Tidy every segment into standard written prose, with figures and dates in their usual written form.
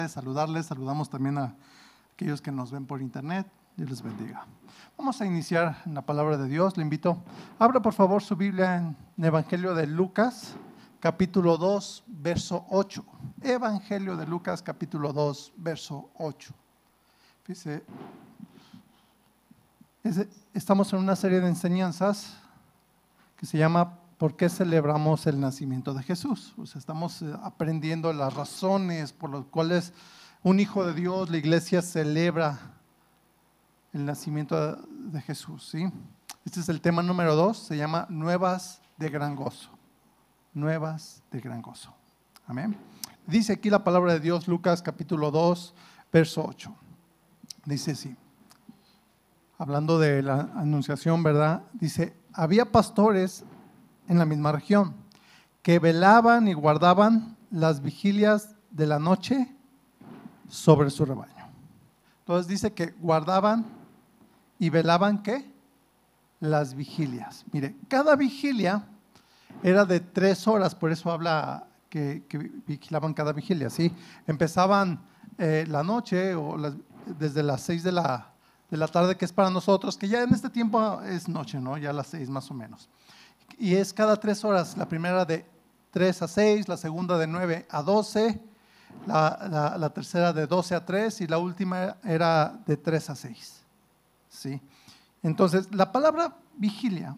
Saludamos también a aquellos que nos ven por internet. Dios les bendiga. Vamos a iniciar en la palabra de Dios. Le invito, abra por favor su Biblia en el Evangelio de Lucas, capítulo 2, verso 8. Evangelio de Lucas, capítulo 2, verso 8. Fíjese, estamos en una serie de enseñanzas que se llama ¿por qué celebramos el nacimiento de Jesús? O sea, estamos aprendiendo las razones por las cuales un hijo de Dios, la iglesia, celebra el nacimiento de Jesús, ¿sí? Este es el tema número 2, se llama Nuevas de gran gozo. Nuevas de gran gozo. Amén. Dice aquí la palabra de Dios, Lucas capítulo 2, verso 8. Dice así, hablando de la anunciación, ¿verdad? Dice, había pastores en la misma región que velaban y guardaban las vigilias de la noche sobre su rebaño. Entonces dice que guardaban y velaban, ¿qué? Las vigilias. Mire, cada vigilia era de 3 horas, por eso habla que vigilaban cada vigilia, ¿sí? Empezaban la noche o desde las 6 de la tarde, que es para nosotros, que ya en este tiempo es noche, ¿no? Ya a las 6 más o menos. Y es cada 3 horas, la primera de 3 a 6, la segunda de 9 a 12, la tercera de 12 a 3 y la última era de 3 a 6. ¿Sí? Entonces, la palabra vigilia,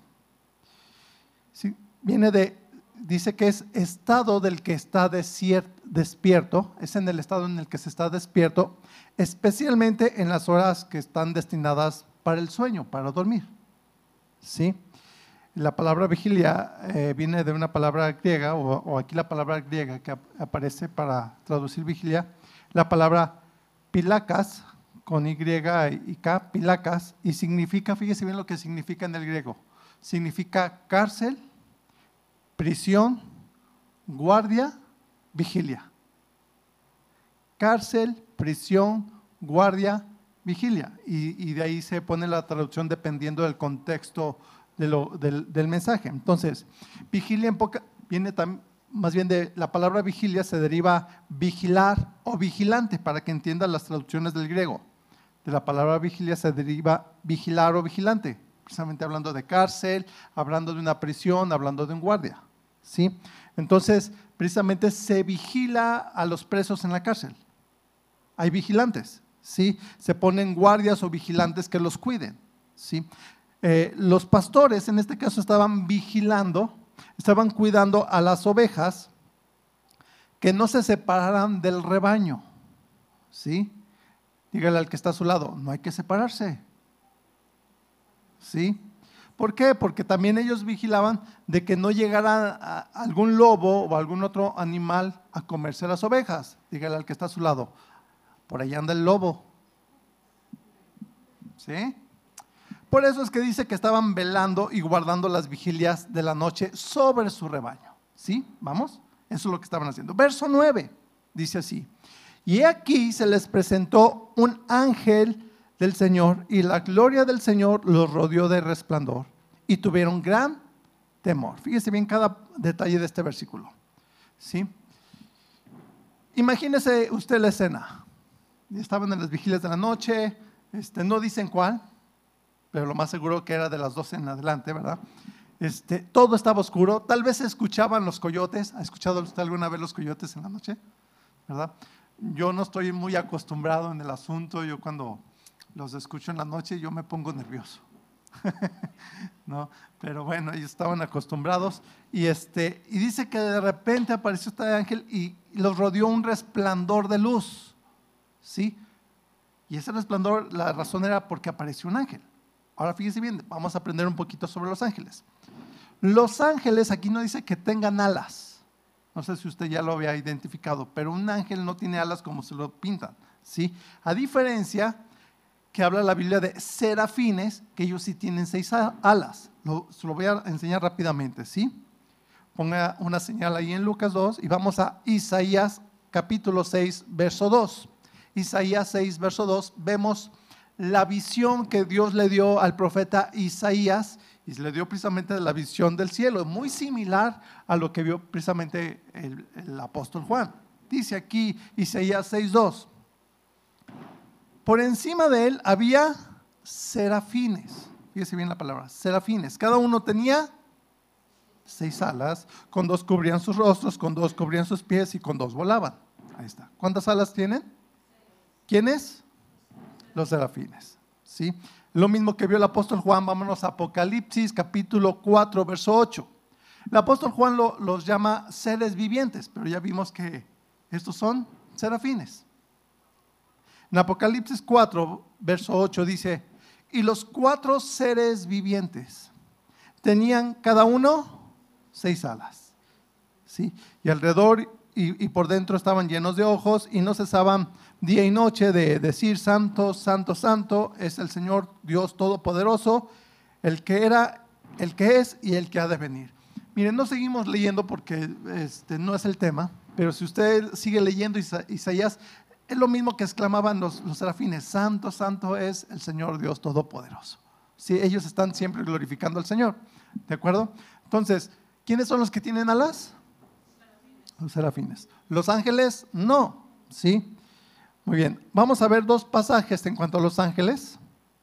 ¿sí? Dice que es estado del que está despierto, es en el estado en el que se está despierto, especialmente en las horas que están destinadas para el sueño, para dormir. ¿Sí? La palabra vigilia viene de una palabra griega, o aquí la palabra griega que aparece para traducir vigilia, la palabra pilakas, con Y y K, pilakas, y significa, fíjese bien lo que significa en el griego, significa cárcel, prisión, guardia, vigilia. Cárcel, prisión, guardia, vigilia. Y de ahí se pone la traducción dependiendo del contexto del mensaje. Entonces, vigilia viene más bien de la palabra vigilia, se deriva vigilar o vigilante, para que entiendan las traducciones del griego. De la palabra vigilia se deriva vigilar o vigilante, precisamente hablando de cárcel, hablando de una prisión, hablando de un guardia, ¿sí? Entonces, precisamente se vigila a los presos en la cárcel. Hay vigilantes, ¿sí? Se ponen guardias o vigilantes que los cuiden, ¿sí? Los pastores en este caso estaban vigilando, estaban cuidando a las ovejas que no se separaran del rebaño, ¿sí? Dígale al que está a su lado, no hay que separarse, ¿sí? ¿Por qué? Porque también ellos vigilaban de que no llegara algún lobo o algún otro animal a comerse las ovejas. Dígale al que está a su lado, por ahí anda el lobo, ¿sí? Por eso es que dice que estaban velando y guardando las vigilias de la noche sobre su rebaño. ¿Sí? ¿Vamos? Eso es lo que estaban haciendo. Verso 9 dice así: y aquí se les presentó un ángel del Señor y la gloria del Señor los rodeó de resplandor y tuvieron gran temor. Fíjese bien cada detalle de este versículo. ¿Sí? Imagínese usted la escena. Estaban en las vigilias de la noche, no dicen cuál, pero lo más seguro que era de las 12 en adelante, ¿verdad? Todo estaba oscuro, tal vez se escuchaban los coyotes. ¿Ha escuchado usted alguna vez los coyotes en la noche? ¿Verdad? Yo no estoy muy acostumbrado en el asunto, yo cuando los escucho en la noche yo me pongo nervioso. ¿No? Pero bueno, ellos estaban acostumbrados y dice que de repente apareció este ángel y los rodeó un resplandor de luz, ¿sí? Y ese resplandor, la razón era porque apareció un ángel. Ahora fíjese bien, vamos a aprender un poquito sobre los ángeles. Los ángeles, aquí no dice que tengan alas. No sé si usted ya lo había identificado, pero un ángel no tiene alas como se lo pintan, ¿sí? A diferencia que habla la Biblia de serafines, que ellos sí tienen 6 alas. Se lo voy a enseñar rápidamente, ¿sí? Ponga una señal ahí en Lucas 2 y vamos a Isaías capítulo 6, verso 2. Isaías 6, verso 2, vemos la visión que Dios le dio al profeta Isaías, y le dio precisamente la visión del cielo, muy similar a lo que vio precisamente el apóstol Juan. Dice aquí Isaías 6:2. Por encima de él había serafines. Fíjese bien la palabra, serafines. Cada uno tenía 6 alas, con 2 cubrían sus rostros, con 2 cubrían sus pies y con 2 volaban. Ahí está. ¿Cuántas alas tienen? ¿Quiénes? Los serafines. ¿Sí? Lo mismo que vio el apóstol Juan. Vámonos a Apocalipsis capítulo 4, verso 8. El apóstol Juan los llama seres vivientes, pero ya vimos que estos son serafines. En Apocalipsis 4, verso 8 dice: y los 4 seres vivientes tenían cada uno 6 alas, ¿sí? Y alrededor y por dentro estaban llenos de ojos, y no cesaban día y noche de decir: santo, santo, santo es el Señor Dios Todopoderoso, el que era, el que es y el que ha de venir. Miren, no seguimos leyendo porque no es el tema, pero si usted sigue leyendo Isaías, es lo mismo que exclamaban los serafines: santo, santo es el Señor Dios Todopoderoso. Sí, ellos están siempre glorificando al Señor, ¿de acuerdo? Entonces, ¿quiénes son los que tienen alas? Los serafines. Los ángeles, no. ¿Sí? Muy bien, vamos a ver 2 pasajes en cuanto a los ángeles.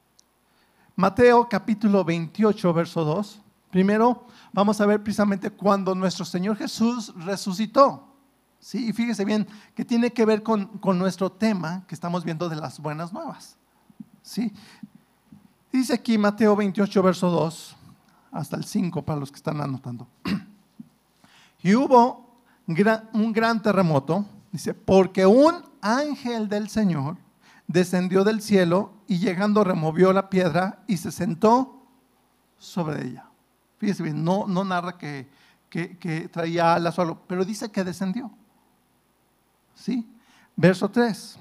Mateo capítulo 28, verso 2. Primero, vamos a ver precisamente cuando nuestro Señor Jesús resucitó. ¿Sí? Y fíjese bien que tiene que ver con nuestro tema que estamos viendo de las buenas nuevas. ¿Sí? Dice aquí Mateo 28, verso 2, hasta el 5 para los que están anotando. Y hubo un gran terremoto, dice, porque un ángel del Señor descendió del cielo y llegando removió la piedra y se sentó sobre ella. Fíjese bien, no narra que traía alas o algo, pero dice que descendió. ¿Sí? Verso 3.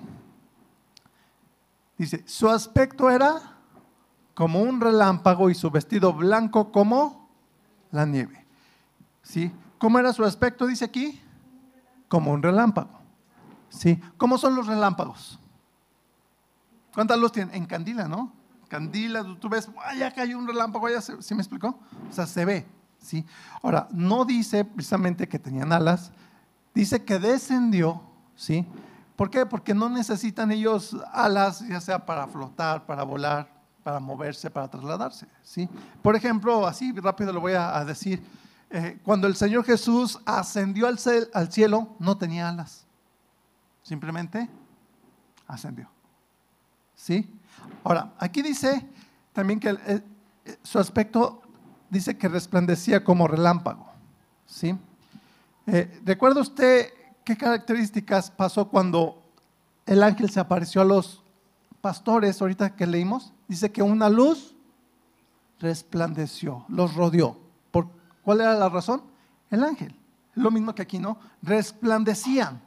Dice, su aspecto era como un relámpago y su vestido blanco como la nieve. ¿Sí? ¿Cómo era su aspecto? Dice aquí, como un relámpago. ¿Sí? ¿Cómo son los relámpagos? ¿Cuántas luz tienen? En candila, ¿no? Candila, tú ves, ya cayó un relámpago, ¿sí me explicó? O sea, se ve, ¿sí? Ahora, no dice precisamente que tenían alas, dice que descendió, ¿sí? ¿Por qué? Porque no necesitan ellos alas, ya sea para flotar, para volar, para moverse, para trasladarse, ¿sí? Por ejemplo, así rápido lo voy a decir, cuando el Señor Jesús ascendió al cielo, no tenía alas, simplemente ascendió, ¿sí? Ahora, aquí dice también que su aspecto dice que resplandecía como relámpago, ¿sí? ¿Recuerda usted qué características pasó cuando el ángel se apareció a los pastores ahorita que leímos? Dice que una luz resplandeció, los rodeó. ¿Cuál era la razón? El ángel. Lo mismo que aquí, ¿no? Resplandecían.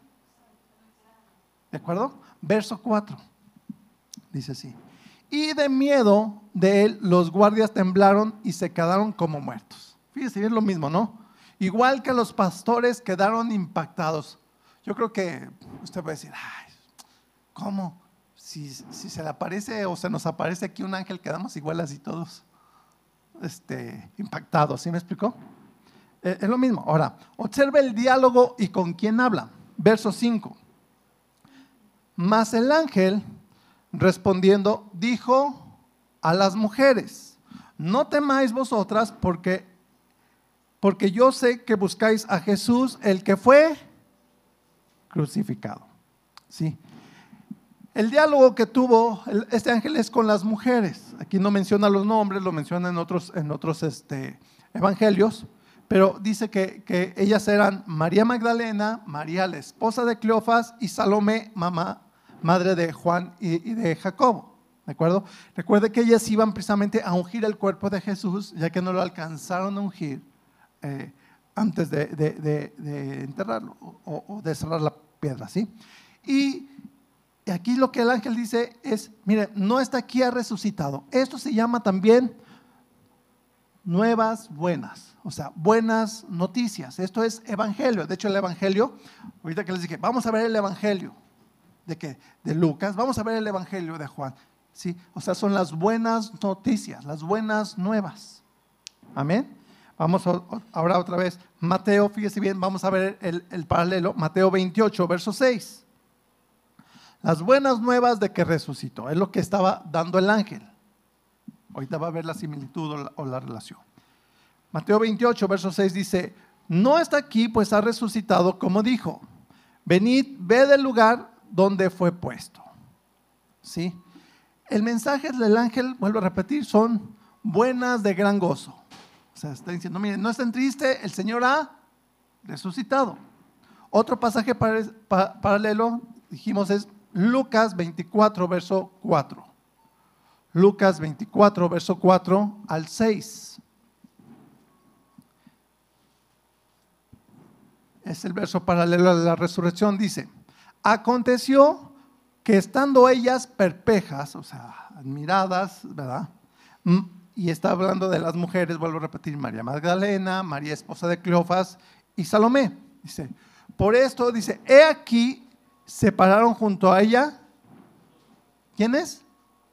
¿De acuerdo? Verso 4. Dice así: y de miedo de él los guardias temblaron y se quedaron como muertos. Fíjese, es lo mismo, ¿no? Igual que los pastores quedaron impactados. Yo creo que usted va a decir, ay, ¿cómo? Si se le aparece o se nos aparece aquí un ángel, quedamos igual así todos impactados. ¿Sí me explicó? Es lo mismo. Ahora, observe el diálogo y con quién habla. Verso 5. Mas el ángel respondiendo dijo a las mujeres: no temáis vosotras, porque yo sé que buscáis a Jesús, el que fue crucificado. ¿Sí? El diálogo que tuvo este ángel es con las mujeres. Aquí no menciona los nombres, lo menciona en otros evangelios, pero dice que ellas eran María Magdalena, María la esposa de Cleofas y Salomé, madre de Juan y de Jacobo. ¿De acuerdo? Recuerde que ellas iban precisamente a ungir el cuerpo de Jesús, ya que no lo alcanzaron a ungir antes de enterrarlo o de cerrar la piedra, ¿sí? Y aquí lo que el ángel dice es: mire, no está aquí, ha resucitado. Esto se llama también nuevas buenas, o sea, buenas noticias. Esto es evangelio. De hecho, el evangelio, ahorita que les dije, vamos a ver el evangelio de Lucas, vamos a ver el evangelio de Juan, ¿sí? O sea, son las buenas noticias, las buenas nuevas. Amén. Vamos ahora otra vez, Mateo, fíjese bien, vamos a ver el paralelo, Mateo 28, verso 6. Las buenas nuevas de que resucitó, es lo que estaba dando el ángel. Ahorita va a ver la similitud o la relación. Mateo 28, verso 6 dice, no está aquí, pues ha resucitado como dijo. Venid, ved el lugar donde fue puesto. ¿Sí? El mensaje del ángel, vuelvo a repetir, son buenas de gran gozo. O sea, está diciendo, miren, no estén tristes, el Señor ha resucitado. Otro pasaje paralelo, dijimos, es Lucas 24, verso 4. Lucas 24, verso 4 al 6. Es el verso paralelo a la resurrección. Dice, aconteció que estando ellas perplejas, o sea, admiradas, ¿verdad? Y está hablando de las mujeres, vuelvo a repetir, María Magdalena, María esposa de Cleofas y Salomé. Dice, por esto, dice, he aquí, se pararon junto a ella, ¿quiénes?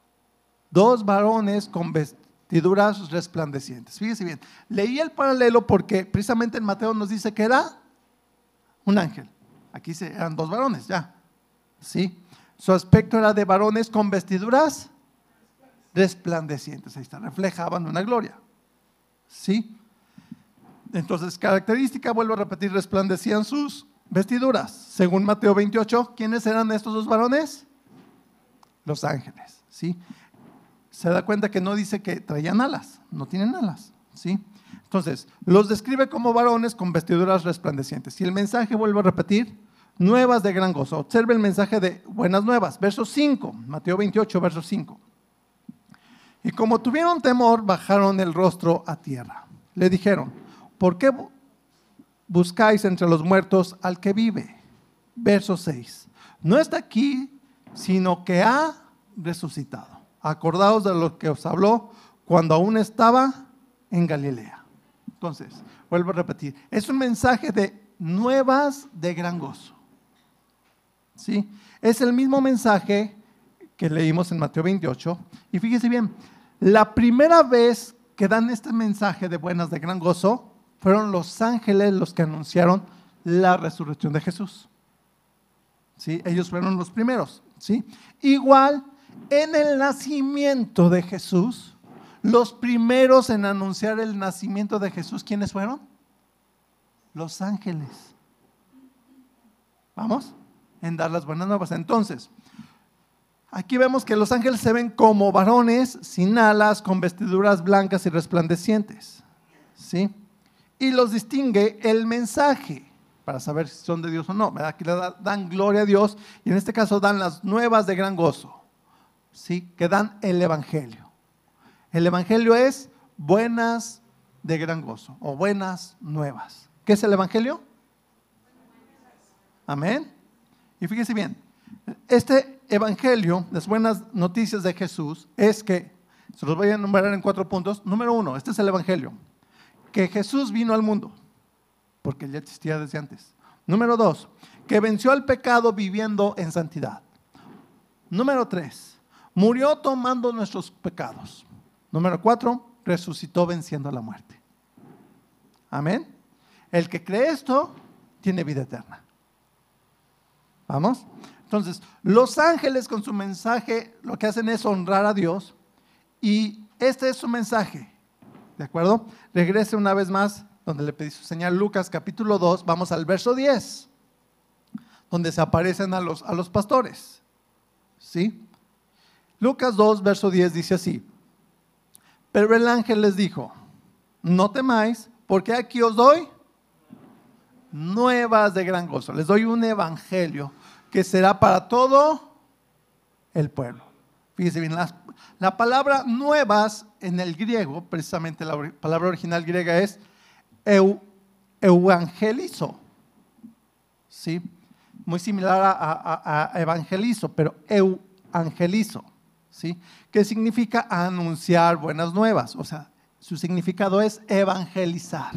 2 varones con vestiduras resplandecientes. Fíjese bien, leí el paralelo porque precisamente en Mateo nos dice que era un ángel. Aquí eran 2 varones, ya. ¿Sí? Su aspecto era de varones con vestiduras resplandecientes. Ahí está, reflejaban una gloria. ¿Sí? Entonces, característica, vuelvo a repetir, resplandecían sus vestiduras. Según Mateo 28, ¿quiénes eran estos 2 varones? Los ángeles. ¿Sí? Se da cuenta que no dice que traían alas, no tienen alas. ¿Sí? Entonces, los describe como varones con vestiduras resplandecientes. Y el mensaje, vuelvo a repetir, nuevas de gran gozo. Observe el mensaje de buenas nuevas. Verso 5, Mateo 28, verso 5. Y como tuvieron temor, bajaron el rostro a tierra. Le dijeron, ¿por qué buscáis entre los muertos al que vive? Verso 6. No está aquí, sino que ha resucitado. Acordaos de lo que os habló cuando aún estaba en Galilea. Entonces, vuelvo a repetir, es un mensaje de nuevas de gran gozo. ¿Sí? Es el mismo mensaje que leímos en Mateo 28. Y fíjese bien, la primera vez que dan este mensaje de buenas de gran gozo, fueron los ángeles los que anunciaron la resurrección de Jesús. ¿Sí? Ellos fueron los primeros. ¿Sí? Igual, en el nacimiento de Jesús, los primeros en anunciar el nacimiento de Jesús, ¿quiénes fueron? Los ángeles. ¿Vamos? En dar las buenas nuevas. Entonces, aquí vemos que los ángeles se ven como varones sin alas, con vestiduras blancas y resplandecientes. ¿Sí? Y los distingue el mensaje para saber si son de Dios o no. ¿Verdad? Aquí le dan gloria a Dios y en este caso dan las nuevas de gran gozo. ¿Sí? Que dan el evangelio. El evangelio es buenas de gran gozo o buenas nuevas. ¿Qué es el evangelio? Amén. Y fíjense bien, este evangelio, las buenas noticias de Jesús, es que, se los voy a enumerar en 4 puntos. Número 1, este es el evangelio, que Jesús vino al mundo, porque ya existía desde antes. Número 2, que venció al pecado viviendo en santidad. Número 3, murió tomando nuestros pecados. Número 4, resucitó venciendo la muerte. Amén. El que cree esto, tiene vida eterna. ¿Vamos? Entonces, los ángeles con su mensaje, lo que hacen es honrar a Dios. Y este es su mensaje. ¿De acuerdo? Regrese una vez más, donde le pedí su señal, Lucas capítulo 2, vamos al verso 10, donde se aparecen a los pastores. ¿Sí? Lucas 2, verso 10 dice así. Pero el ángel les dijo, no temáis, porque aquí os doy nuevas de gran gozo. Les doy un evangelio que será para todo el pueblo. Fíjense bien, la palabra nuevas en el griego, precisamente la palabra original griega es evangelizo. ¿Sí? Muy similar a evangelizo, pero evangelizo. ¿Sí? ¿Qué significa anunciar buenas nuevas? O sea, su significado es evangelizar.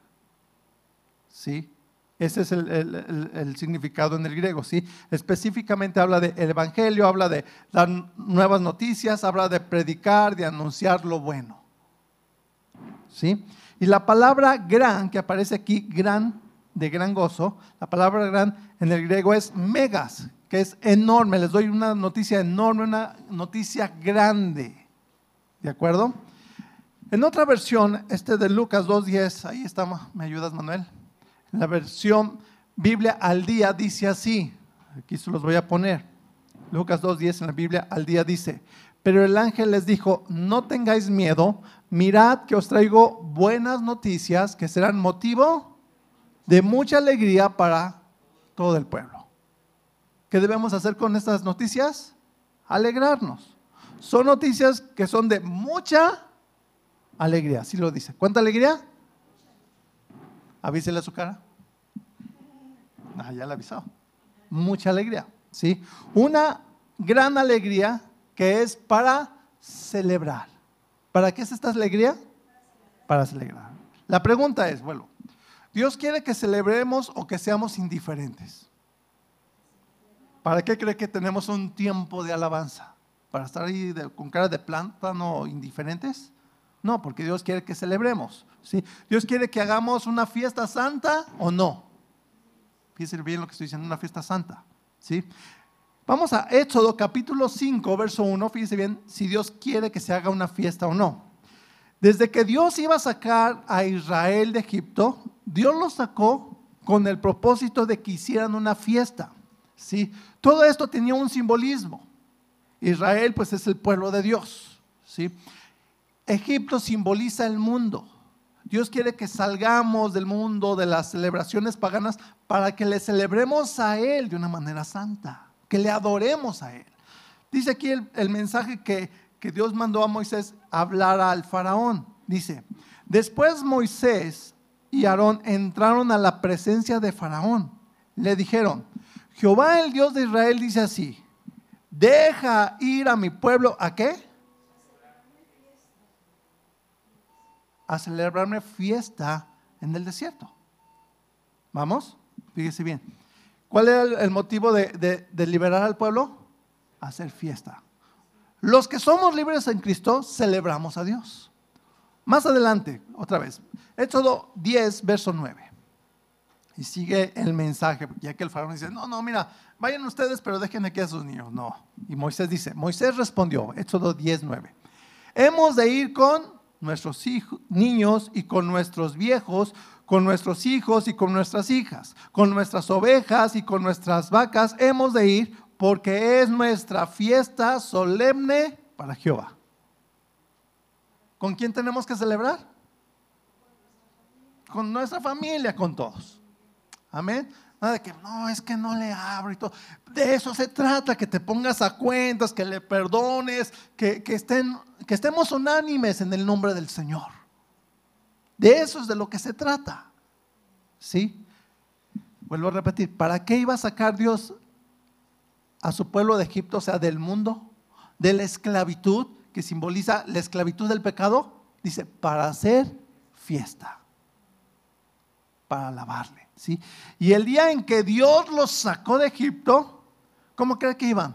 ¿Sí? Ese es el significado en el griego. ¿Sí? Específicamente habla del evangelio, habla de dar nuevas noticias, habla de predicar, de anunciar lo bueno. ¿Sí? Y la palabra gran, que aparece aquí, gran, de gran gozo, la palabra gran en el griego es megas, que es enorme. Les doy una noticia enorme, una noticia grande. ¿De acuerdo? En otra versión, de Lucas 2:10, ahí está, ¿me ayudas, Manuel? En la versión Biblia al día dice así, aquí se los voy a poner. Lucas 2:10 en la Biblia al día dice: pero el ángel les dijo, no tengáis miedo, mirad que os traigo buenas noticias que serán motivo de mucha alegría para todo el pueblo. ¿Qué debemos hacer con estas noticias? Alegrarnos. Son noticias que son de mucha alegría, así lo dice. ¿Cuánta alegría? Avísele a su cara. Ya le avisó. Mucha alegría, ¿sí? Una gran alegría que es para celebrar. ¿Para qué es esta alegría? Para celebrar. La pregunta es, bueno, ¿Dios quiere que celebremos o que seamos indiferentes? ¿Para qué cree que tenemos un tiempo de alabanza? ¿Para estar ahí con cara de plátano indiferentes? No, porque Dios quiere que celebremos, ¿sí? Dios quiere que hagamos una fiesta santa o no. Fíjense bien lo que estoy diciendo, una fiesta santa, ¿sí? Vamos a Éxodo capítulo 5, verso 1, fíjense bien si Dios quiere que se haga una fiesta o no. Desde que Dios iba a sacar a Israel de Egipto, Dios los sacó con el propósito de que hicieran una fiesta, ¿sí? Todo esto tenía un simbolismo. Israel pues es el pueblo de Dios, ¿sí? Egipto simboliza el mundo. Dios quiere que salgamos del mundo de las celebraciones paganas para que le celebremos a Él de una manera santa, que le adoremos a Él. Dice aquí el mensaje que Dios mandó a Moisés hablar al faraón. Dice: después Moisés y Aarón entraron a la presencia de faraón. Le dijeron: Jehová el Dios de Israel dice así: deja ir a mi pueblo, ¿a qué? A celebrarme fiesta en el desierto. ¿Vamos? Fíjese bien. ¿Cuál era el motivo de liberar al pueblo? Hacer fiesta. Los que somos libres en Cristo celebramos a Dios. Más adelante, otra vez, Éxodo 10, verso 9. Y sigue el mensaje, ya que el faraón dice: no, mira, vayan ustedes, pero dejen aquí a sus niños. No. Y Moisés dice, Moisés respondió, Éxodo 10, 9. Hemos de ir con nuestros niños y con nuestros viejos, con nuestros hijos y con nuestras hijas, con nuestras ovejas y con nuestras vacas, hemos de ir porque es nuestra fiesta solemne para Jehová. ¿Con quién tenemos que celebrar? Con nuestra familia, con todos. Amén. Nada de que no, es que no le abro y todo. De eso se trata, que te pongas a cuentas, que le perdones, que estemos unánimes en el nombre del Señor. De eso es de lo que se trata. ¿Sí? Vuelvo a repetir, ¿para qué iba a sacar Dios a su pueblo de Egipto, o sea, del mundo, de la esclavitud, que simboliza la esclavitud del pecado? Dice, para hacer fiesta, para alabarle, ¿sí? Y el día en que Dios los sacó de Egipto, ¿cómo cree que iban?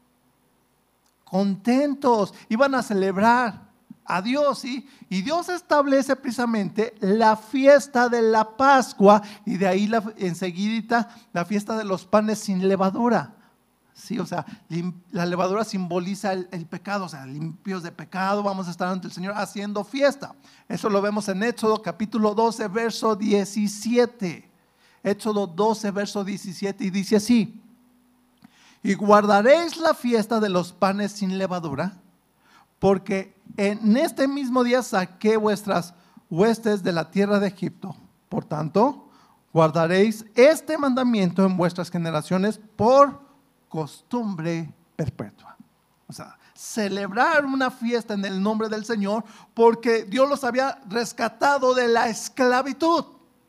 Contentos, iban a celebrar a Dios, ¿sí? Y Dios establece precisamente la fiesta de la Pascua, y de ahí enseguidita la fiesta de los panes sin levadura. Sí, o sea, la levadura simboliza el pecado, o sea, limpios de pecado, vamos a estar ante el Señor haciendo fiesta. Eso lo vemos en Éxodo capítulo 12, verso 17. Éxodo 12, verso 17, y dice así: y guardaréis la fiesta de los panes sin levadura, porque en este mismo día saqué vuestras huestes de la tierra de Egipto. Por tanto, guardaréis este mandamiento en vuestras generaciones por costumbre perpetua. O sea, celebrar una fiesta en el nombre del Señor, porque Dios los había rescatado de la esclavitud.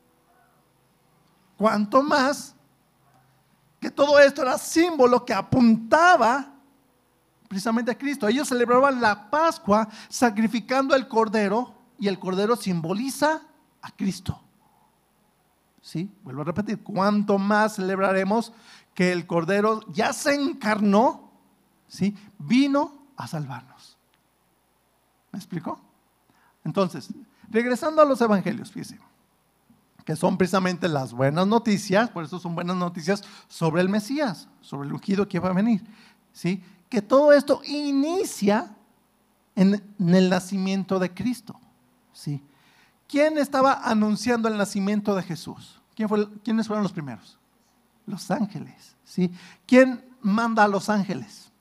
Cuanto más que todo esto era símbolo que apuntaba precisamente a Cristo. Ellos celebraban la Pascua sacrificando el cordero, y el cordero simboliza a Cristo. ¿Sí? Vuelvo a repetir, cuanto más celebraremos que el cordero ya se encarnó, ¿sí? Vino a salvarnos. ¿Me explico? Entonces, Regresando a los evangelios, fíjense, que son precisamente las buenas noticias, por eso son buenas noticias sobre el Mesías, sobre el ungido que va a venir, ¿sí? Que todo esto inicia en el nacimiento de Cristo, ¿sí? ¿Quién estaba anunciando el nacimiento de Jesús? ¿Quiénes fueron los primeros? Los ángeles, ¿sí? ¿Quién manda a los ángeles?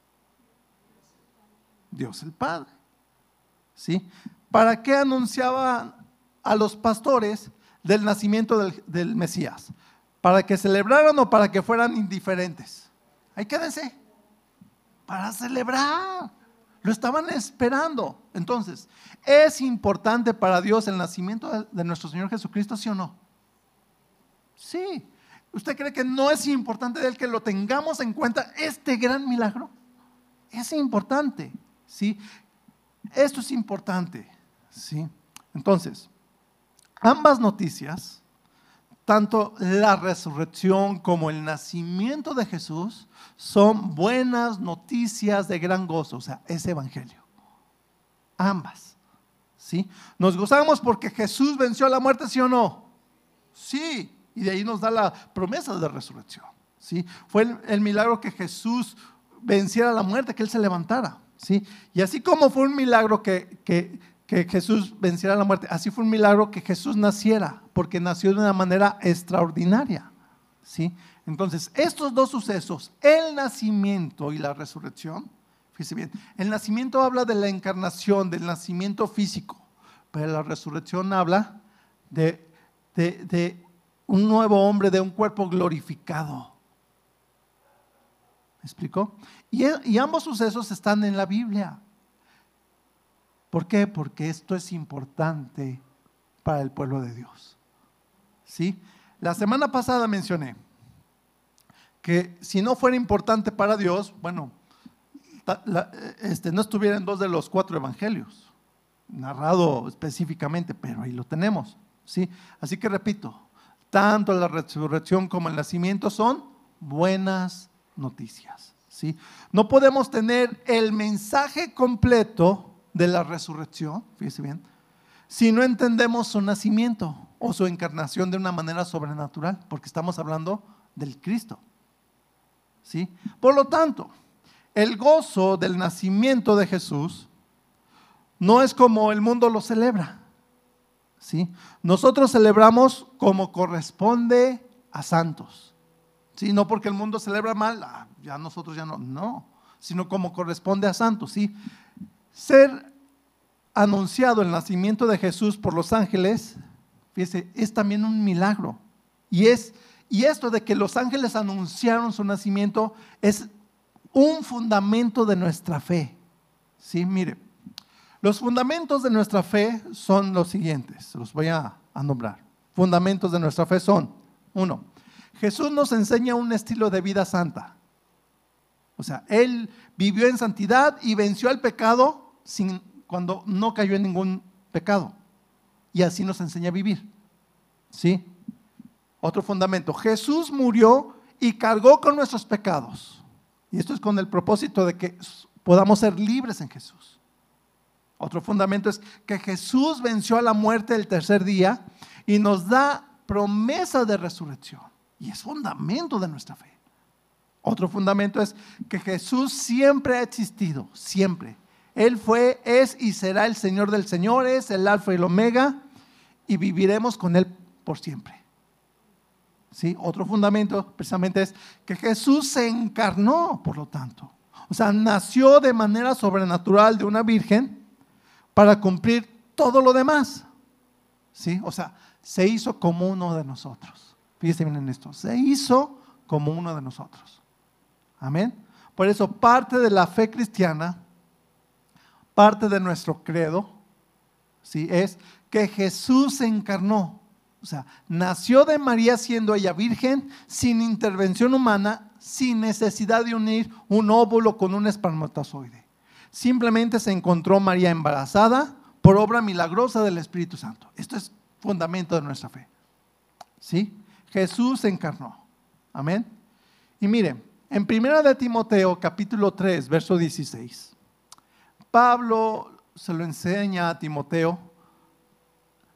Dios el Padre, ¿sí? ¿Para qué anunciaba a los pastores del nacimiento del Mesías? ¿Para que celebraran o para que fueran indiferentes? Ahí quédense. Para celebrar. Lo estaban esperando. Entonces, ¿es importante para Dios el nacimiento de nuestro Señor Jesucristo, sí o no? Sí. ¿Usted cree que no es importante de él que lo tengamos en cuenta, este gran milagro? Es importante, ¿sí? Esto es importante, ¿sí? Entonces, ambas noticias, tanto la resurrección como el nacimiento de Jesús, son buenas noticias de gran gozo, o sea, es evangelio. Ambas, ¿sí? Nos gozamos porque Jesús venció a la muerte, ¿sí o no? Sí, y de ahí nos da la promesa de resurrección, ¿sí? Fue el milagro que Jesús venciera la muerte, que Él se levantara, ¿sí? Y así como fue un milagro que Jesús venciera la muerte, así fue un milagro que Jesús naciera, porque nació de una manera extraordinaria, ¿sí? Entonces, estos dos sucesos, el nacimiento y la resurrección, fíjense bien, el nacimiento habla de la encarnación, del nacimiento físico, pero la resurrección habla de un nuevo hombre, de un cuerpo glorificado. ¿Me explicó? Y ambos sucesos están en la Biblia. ¿Por qué? Porque esto es importante para el pueblo de Dios, ¿sí? La semana pasada mencioné que si no fuera importante para Dios, bueno, no estuviera en 2 de los 4 evangelios, narrado específicamente, pero ahí lo tenemos, ¿sí? Así que repito, tanto la resurrección como el nacimiento son buenas noticias, ¿sí? No podemos tener el mensaje completo de la resurrección, fíjese bien, si no entendemos su nacimiento o su encarnación de una manera sobrenatural, porque estamos hablando del Cristo, ¿sí? Por lo tanto, el gozo del nacimiento de Jesús no es como el mundo lo celebra, ¿sí? Nosotros celebramos como corresponde a santos, ¿sí? No porque el mundo celebra mal, ya nosotros ya no, sino como corresponde a santos, ¿sí? Ser anunciado el nacimiento de Jesús por los ángeles, fíjese, es también un milagro. Y esto de que los ángeles anunciaron su nacimiento es un fundamento de nuestra fe. Sí, mire, los fundamentos de nuestra fe son los siguientes, los voy a nombrar. Fundamentos de nuestra fe son: 1, Jesús nos enseña un estilo de vida santa. O sea, Él vivió en santidad y venció al pecado cuando no cayó en ningún pecado. Y así nos enseña a vivir, ¿sí? Otro fundamento: Jesús murió y cargó con nuestros pecados. Y esto es con el propósito de que podamos ser libres en Jesús. Otro fundamento es que Jesús venció a la muerte el tercer día y nos da promesa de resurrección. Y es fundamento de nuestra fe. Otro fundamento es que Jesús siempre ha existido, siempre. Él fue, es y será el Señor del Señor, es el Alfa y el Omega, y viviremos con Él por siempre. ¿Sí? Otro fundamento precisamente es que Jesús se encarnó, por lo tanto. O sea, nació de manera sobrenatural de una virgen para cumplir todo lo demás. ¿Sí? O sea, se hizo como uno de nosotros. Fíjense bien en esto, se hizo como uno de nosotros. Amén. Por eso parte de la fe cristiana, parte de nuestro credo, ¿sí?, es que Jesús se encarnó. O sea, nació de María siendo ella virgen, sin intervención humana, sin necesidad de unir un óvulo con un espermatozoide. Simplemente se encontró María embarazada por obra milagrosa del Espíritu Santo. Esto es fundamento de nuestra fe, ¿sí? Jesús se encarnó. Amén. Y miren, en 1 de Timoteo capítulo 3, verso 16, Pablo se lo enseña a Timoteo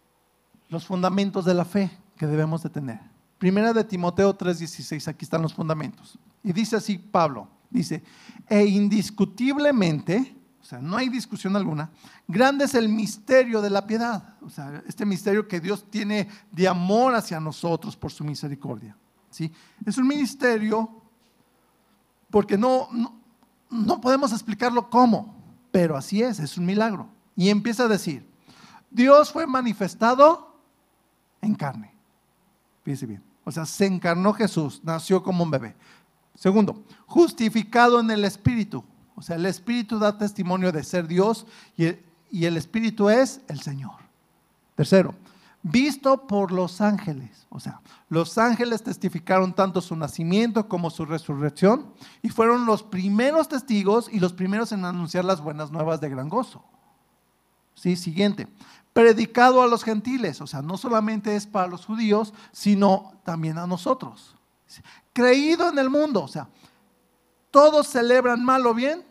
los fundamentos de la fe que debemos de tener. Primera de Timoteo 3:16, aquí están los fundamentos. Y dice así Pablo, dice, e indiscutiblemente, o sea, no hay discusión alguna, grande es el misterio de la piedad. O sea, este misterio que Dios tiene de amor hacia nosotros por su misericordia. ¿Sí? Es un misterio porque no podemos explicarlo cómo, pero así es un milagro. Y empieza a decir, Dios fue manifestado en carne. Fíjese bien, o sea, se encarnó Jesús, nació como un bebé. Segundo, justificado en el Espíritu. O sea, el Espíritu da testimonio de ser Dios y el Espíritu es el Señor. Tercero, visto por los ángeles. O sea, los ángeles testificaron tanto su nacimiento como su resurrección y fueron los primeros testigos y los primeros en anunciar las buenas nuevas de gran gozo. Sí, siguiente, predicado a los gentiles. O sea, no solamente es para los judíos, sino también a nosotros. Creído en el mundo. O sea, todos celebran mal o bien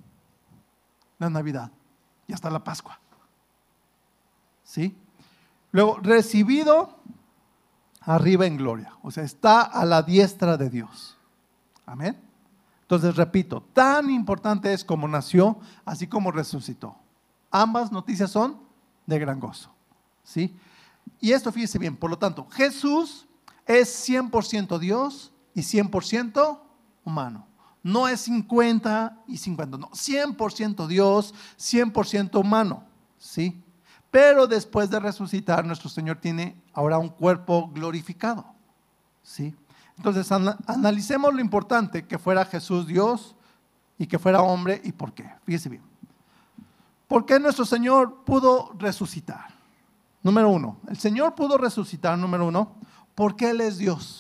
la Navidad y hasta la Pascua. ¿Sí? Luego, recibido arriba en gloria. O sea, está a la diestra de Dios. Amén. Entonces, repito, tan importante es como nació, así como resucitó. Ambas noticias son de gran gozo. ¿Sí? Y esto, fíjese bien, por lo tanto, Jesús es 100% Dios y 100% humano. No es 50 y 50, no, 100% Dios, 100% humano, ¿sí? Pero después de resucitar, nuestro Señor tiene ahora un cuerpo glorificado, ¿sí? Entonces, analicemos lo importante que fuera Jesús Dios y que fuera hombre y por qué. Fíjese bien. ¿Por qué nuestro Señor pudo resucitar? Número uno, el Señor pudo resucitar, número uno, porque Él es Dios.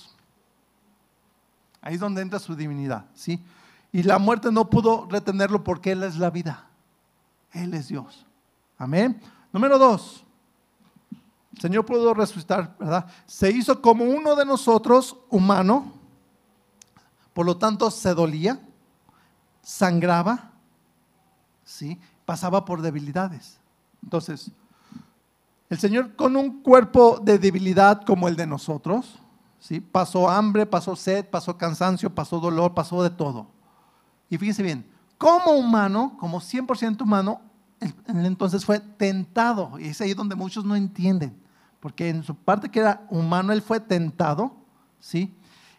Ahí es donde entra su divinidad, ¿sí? Y la muerte no pudo retenerlo porque Él es la vida. Él es Dios. Amén. Número dos, el Señor pudo resucitar, ¿verdad? Se hizo como uno de nosotros, humano, por lo tanto se dolía, sangraba, ¿sí? Pasaba por debilidades. Entonces, el Señor con un cuerpo de debilidad como el de nosotros, ¿sí? Pasó hambre, pasó sed, pasó cansancio, pasó dolor, pasó de todo. Y fíjese bien, como humano, como 100% humano, él entonces fue tentado. Y es ahí donde muchos no entienden. Porque en su parte que era humano, él fue tentado, ¿sí?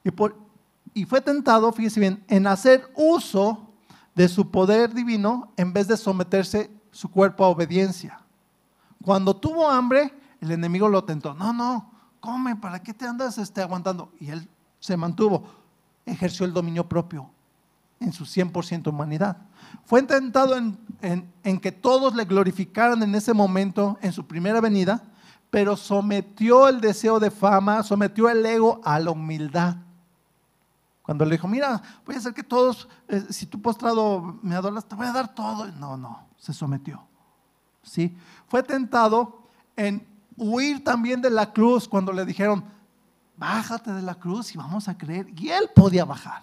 Y fue tentado, fíjese bien, en hacer uso de su poder divino en vez de someterse su cuerpo a obediencia. Cuando tuvo hambre, el enemigo lo tentó. No, come, ¿para qué te andas aguantando? Y él se mantuvo, ejerció el dominio propio en su 100% humanidad. Fue tentado en que todos le glorificaran en ese momento, en su primera venida, pero sometió el deseo de fama, sometió el ego a la humildad. Cuando le dijo, mira, voy a hacer que todos, si tú postrado me adoras, te voy a dar todo. No, se sometió. ¿Sí? Fue tentado en huir también de la cruz cuando le dijeron, bájate de la cruz y vamos a creer. Y él podía bajar.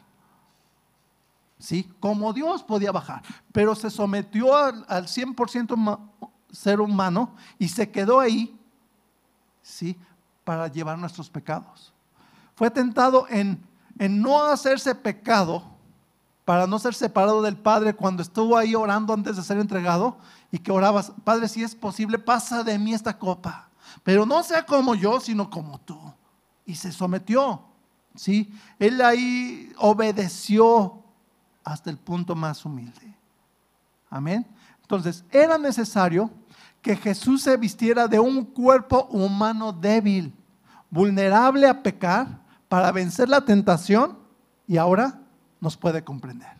¿Sí? Como Dios podía bajar, pero se sometió al 100% ser humano y se quedó ahí, ¿sí? Para llevar nuestros pecados. Fue tentado en no hacerse pecado, para no ser separado del Padre cuando estuvo ahí orando antes de ser entregado y que oraba, Padre, si es posible, pasa de mí esta copa, pero no sea como yo, sino como tú. Y se sometió, ¿sí? Él ahí obedeció hasta el punto más humilde. Amén. Entonces, era necesario que Jesús se vistiera de un cuerpo humano débil, vulnerable a pecar, para vencer la tentación y ahora nos puede comprender.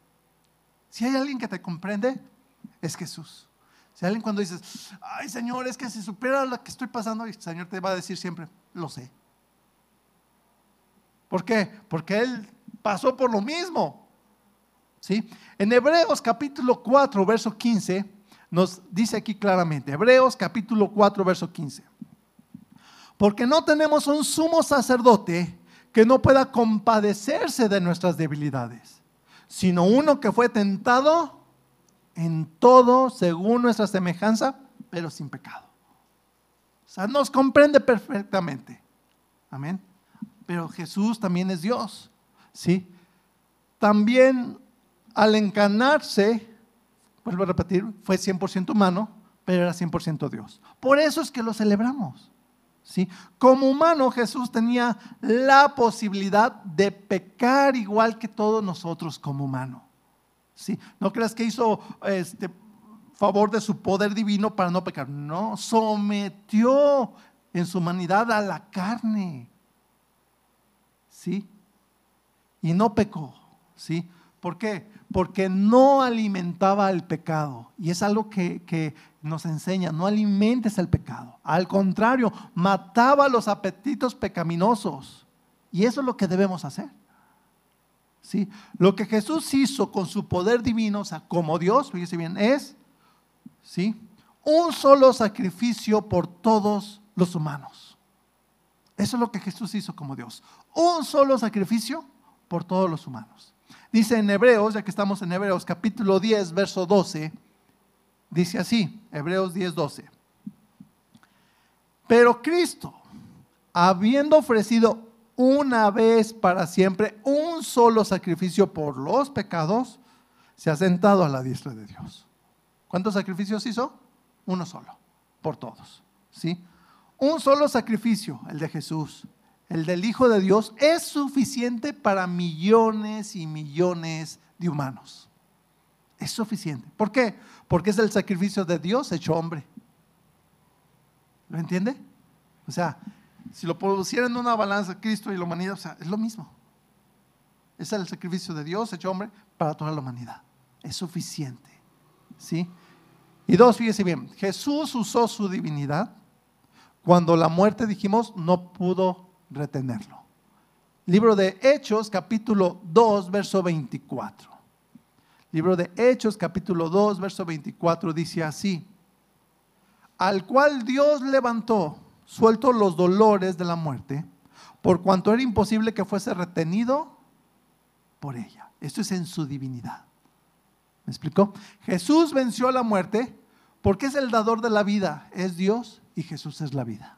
Si hay alguien que te comprende, es Jesús. Si hay alguien cuando dices, ay Señor, es que si supiera lo que estoy pasando, el Señor te va a decir siempre, lo sé. ¿Por qué? Porque Él pasó por lo mismo. ¿Sí? En Hebreos capítulo 4, verso 15, nos dice aquí claramente, Hebreos capítulo 4, verso 15. Porque no tenemos un sumo sacerdote que no pueda compadecerse de nuestras debilidades, sino uno que fue tentado en todo según nuestra semejanza, pero sin pecado. O sea, nos comprende perfectamente. Amén. Pero Jesús también es Dios, ¿sí? También al encarnarse, vuelvo a repetir, fue 100% humano, pero era 100% Dios. Por eso es que lo celebramos, ¿sí? Como humano, Jesús tenía la posibilidad de pecar igual que todos nosotros como humano, ¿sí? No creas que hizo favor de su poder divino para no pecar. No, sometió en su humanidad a la carne, ¿sí? Y no pecó, ¿sí? ¿Por qué? Porque no alimentaba el pecado. Y es algo que nos enseña, no alimentes el pecado. Al contrario, mataba los apetitos pecaminosos. Y eso es lo que debemos hacer, ¿sí? Lo que Jesús hizo con su poder divino, o sea, como Dios, fíjese bien, es, ¿sí?, un solo sacrificio por todos los humanos. Eso es lo que Jesús hizo como Dios. Un solo sacrificio por todos los humanos. Dice en Hebreos, ya que estamos en Hebreos, capítulo 10, verso 12, dice así, Hebreos 10, 12. Pero Cristo, habiendo ofrecido una vez para siempre un solo sacrificio por los pecados, se ha sentado a la diestra de Dios. ¿Cuántos sacrificios hizo? Uno solo, por todos, ¿sí? Un solo sacrificio, el de Jesús, el del Hijo de Dios, es suficiente para millones y millones de humanos. Es suficiente. ¿Por qué? Porque es el sacrificio de Dios hecho hombre. ¿Lo entiende? O sea, si lo pusieran en una balanza, Cristo y la humanidad, o sea, es lo mismo. Es el sacrificio de Dios hecho hombre para toda la humanidad. Es suficiente, ¿sí? Y dos, fíjese bien, Jesús usó su divinidad cuando la muerte, dijimos, no pudo retenerlo. Libro de Hechos, capítulo 2, verso 24. Libro de Hechos, capítulo 2, verso 24, dice así: al cual Dios levantó, suelto los dolores de la muerte, por cuanto era imposible que fuese retenido por ella. Esto es en su divinidad. ¿Me explicó? Jesús venció a la muerte porque es el dador de la vida, es Dios y Jesús es la vida.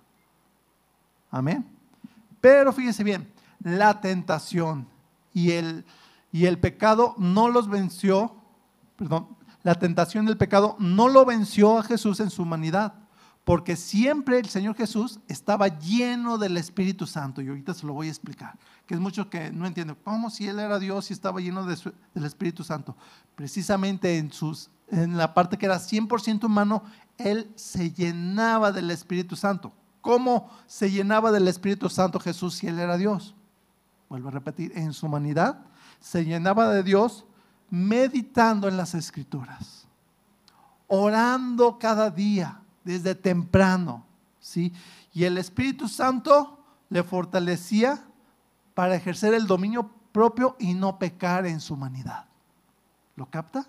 Amén. Pero fíjese bien, la tentación y el pecado no los venció, la tentación y el pecado no lo venció a Jesús en su humanidad, porque siempre el Señor Jesús estaba lleno del Espíritu Santo, y ahorita se lo voy a explicar, que es mucho que no entienden, ¿cómo si Él era Dios y estaba lleno del Espíritu Santo? Precisamente en la parte que era 100% humano, Él se llenaba del Espíritu Santo. ¿Cómo se llenaba del Espíritu Santo Jesús si Él era Dios? Vuelvo a repetir, en su humanidad se llenaba de Dios meditando en las Escrituras, orando cada día, desde temprano, ¿sí? Y el Espíritu Santo le fortalecía para ejercer el dominio propio y no pecar en su humanidad. ¿Lo capta?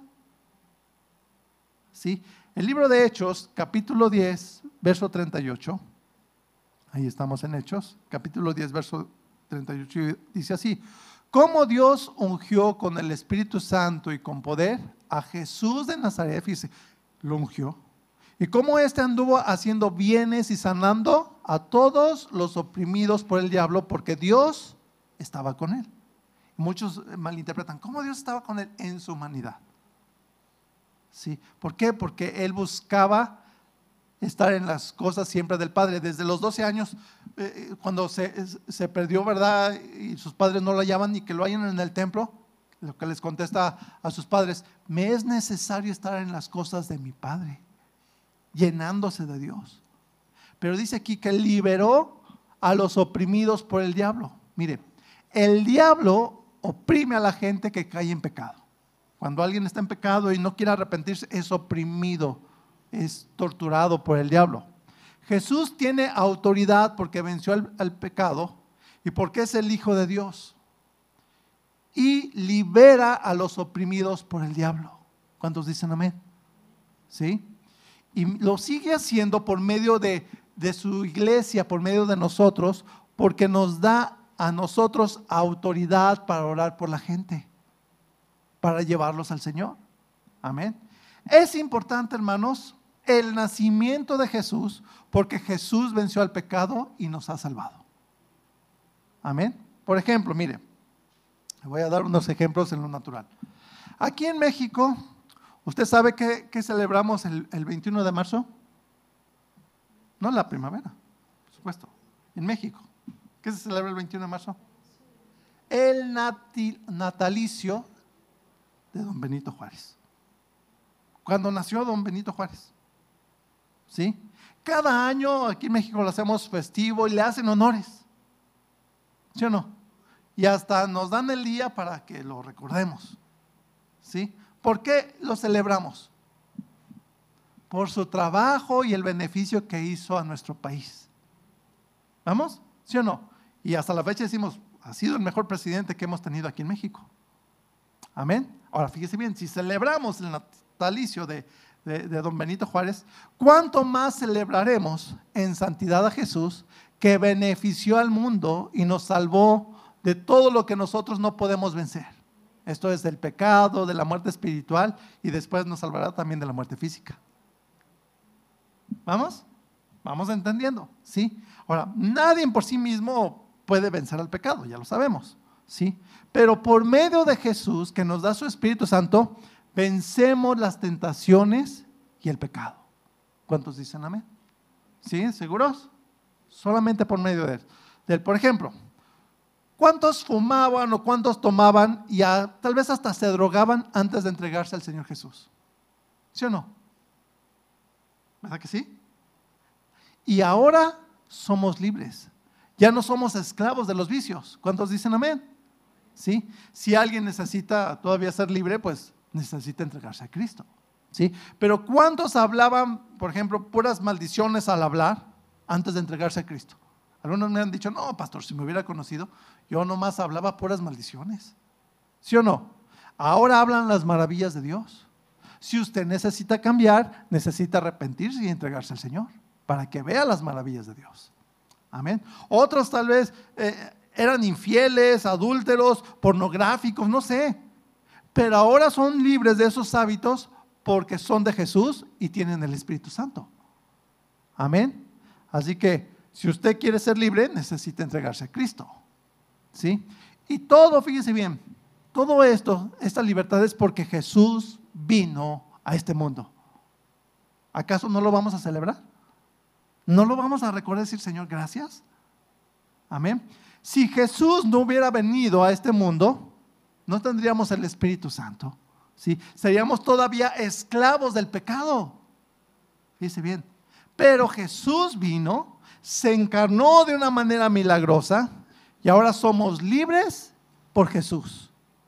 ¿Sí? El libro de Hechos, capítulo 10, verso 38. Ahí estamos en Hechos, capítulo 10, verso 38, dice así: como Dios ungió con el Espíritu Santo y con poder a Jesús de Nazaret, fíjese, lo ungió, y cómo éste anduvo haciendo bienes y sanando a todos los oprimidos por el diablo, porque Dios estaba con él. Muchos malinterpretan, ¿cómo Dios estaba con él? En su humanidad. ¿Sí? ¿Por qué? Porque él buscaba estar en las cosas siempre del Padre. Desde los 12 años, cuando se perdió, ¿verdad? Y sus padres no lo hallaban ni que lo hayan en el templo, lo que les contesta a sus padres: me es necesario estar en las cosas de mi Padre, llenándose de Dios. Pero dice aquí que liberó a los oprimidos por el diablo. Mire, el diablo oprime a la gente que cae en pecado. Cuando alguien está en pecado y no quiere arrepentirse, es oprimido, es torturado por el diablo. Jesús tiene autoridad porque venció al pecado y porque es el Hijo de Dios, y libera a los oprimidos por el diablo. ¿Cuántos dicen amén? ¿Sí? Y lo sigue haciendo por medio de su iglesia, por medio de nosotros, porque nos da a nosotros autoridad para orar por la gente, para llevarlos al Señor. Amén. Es importante, hermanos, el nacimiento de Jesús, porque Jesús venció al pecado y nos ha salvado. Amén. Por ejemplo, mire, le voy a dar unos ejemplos en lo natural. Aquí en México, ¿usted sabe qué celebramos el 21 de marzo? No la primavera, por supuesto. En México, ¿qué se celebra el 21 de marzo? El natalicio de don Benito Juárez. Cuando nació don Benito Juárez. ¿Sí? Cada año aquí en México lo hacemos festivo y le hacen honores. ¿Sí o no? Y hasta nos dan el día para que lo recordemos. ¿Sí? ¿Por qué lo celebramos? Por su trabajo y el beneficio que hizo a nuestro país. ¿Vamos? ¿Sí o no? Y hasta la fecha decimos, ha sido el mejor presidente que hemos tenido aquí en México. Amén. Ahora fíjese bien, si celebramos el natalicio de don Benito Juárez, ¿cuánto más celebraremos en santidad a Jesús, que benefició al mundo y nos salvó de todo lo que nosotros no podemos vencer? Esto es del pecado, de la muerte espiritual, y después nos salvará también de la muerte física. ¿Vamos? Vamos entendiendo, ¿sí? Ahora, nadie por sí mismo puede vencer al pecado, ya lo sabemos, ¿sí? Pero por medio de Jesús, que nos da su Espíritu Santo, vencemos las tentaciones y el pecado. ¿Cuántos dicen amén? ¿Sí? ¿Seguros? Solamente por medio de él. Por ejemplo, ¿cuántos fumaban o cuántos tomaban y tal vez hasta se drogaban antes de entregarse al Señor Jesús? ¿Sí o no? ¿Verdad que sí? Y ahora somos libres. Ya no somos esclavos de los vicios. ¿Cuántos dicen amén? ¿Sí? Si alguien necesita todavía ser libre, pues necesita entregarse a Cristo. ¿Sí? Pero ¿cuántos hablaban, por ejemplo, puras maldiciones al hablar antes de entregarse a Cristo? Algunos me han dicho, no, pastor, si me hubiera conocido, yo nomás hablaba puras maldiciones. ¿Sí o no? Ahora hablan las maravillas de Dios. Si usted necesita cambiar, necesita arrepentirse y entregarse al Señor para que vea las maravillas de Dios. Amén. Otros tal vez eran infieles, adúlteros, pornográficos, no sé. Pero ahora son libres de esos hábitos porque son de Jesús y tienen el Espíritu Santo. Amén. Así que si usted quiere ser libre, necesita entregarse a Cristo. ¿Sí? Y todo, fíjese bien, todo esto, esta libertad es porque Jesús vino a este mundo. ¿Acaso no lo vamos a celebrar? ¿No lo vamos a recordar y decir, Señor, gracias? Amén. Si Jesús no hubiera venido a este mundo, no tendríamos el Espíritu Santo. ¿Sí? Seríamos todavía esclavos del pecado. Fíjese bien. Pero Jesús vino, se encarnó de una manera milagrosa y ahora somos libres por Jesús.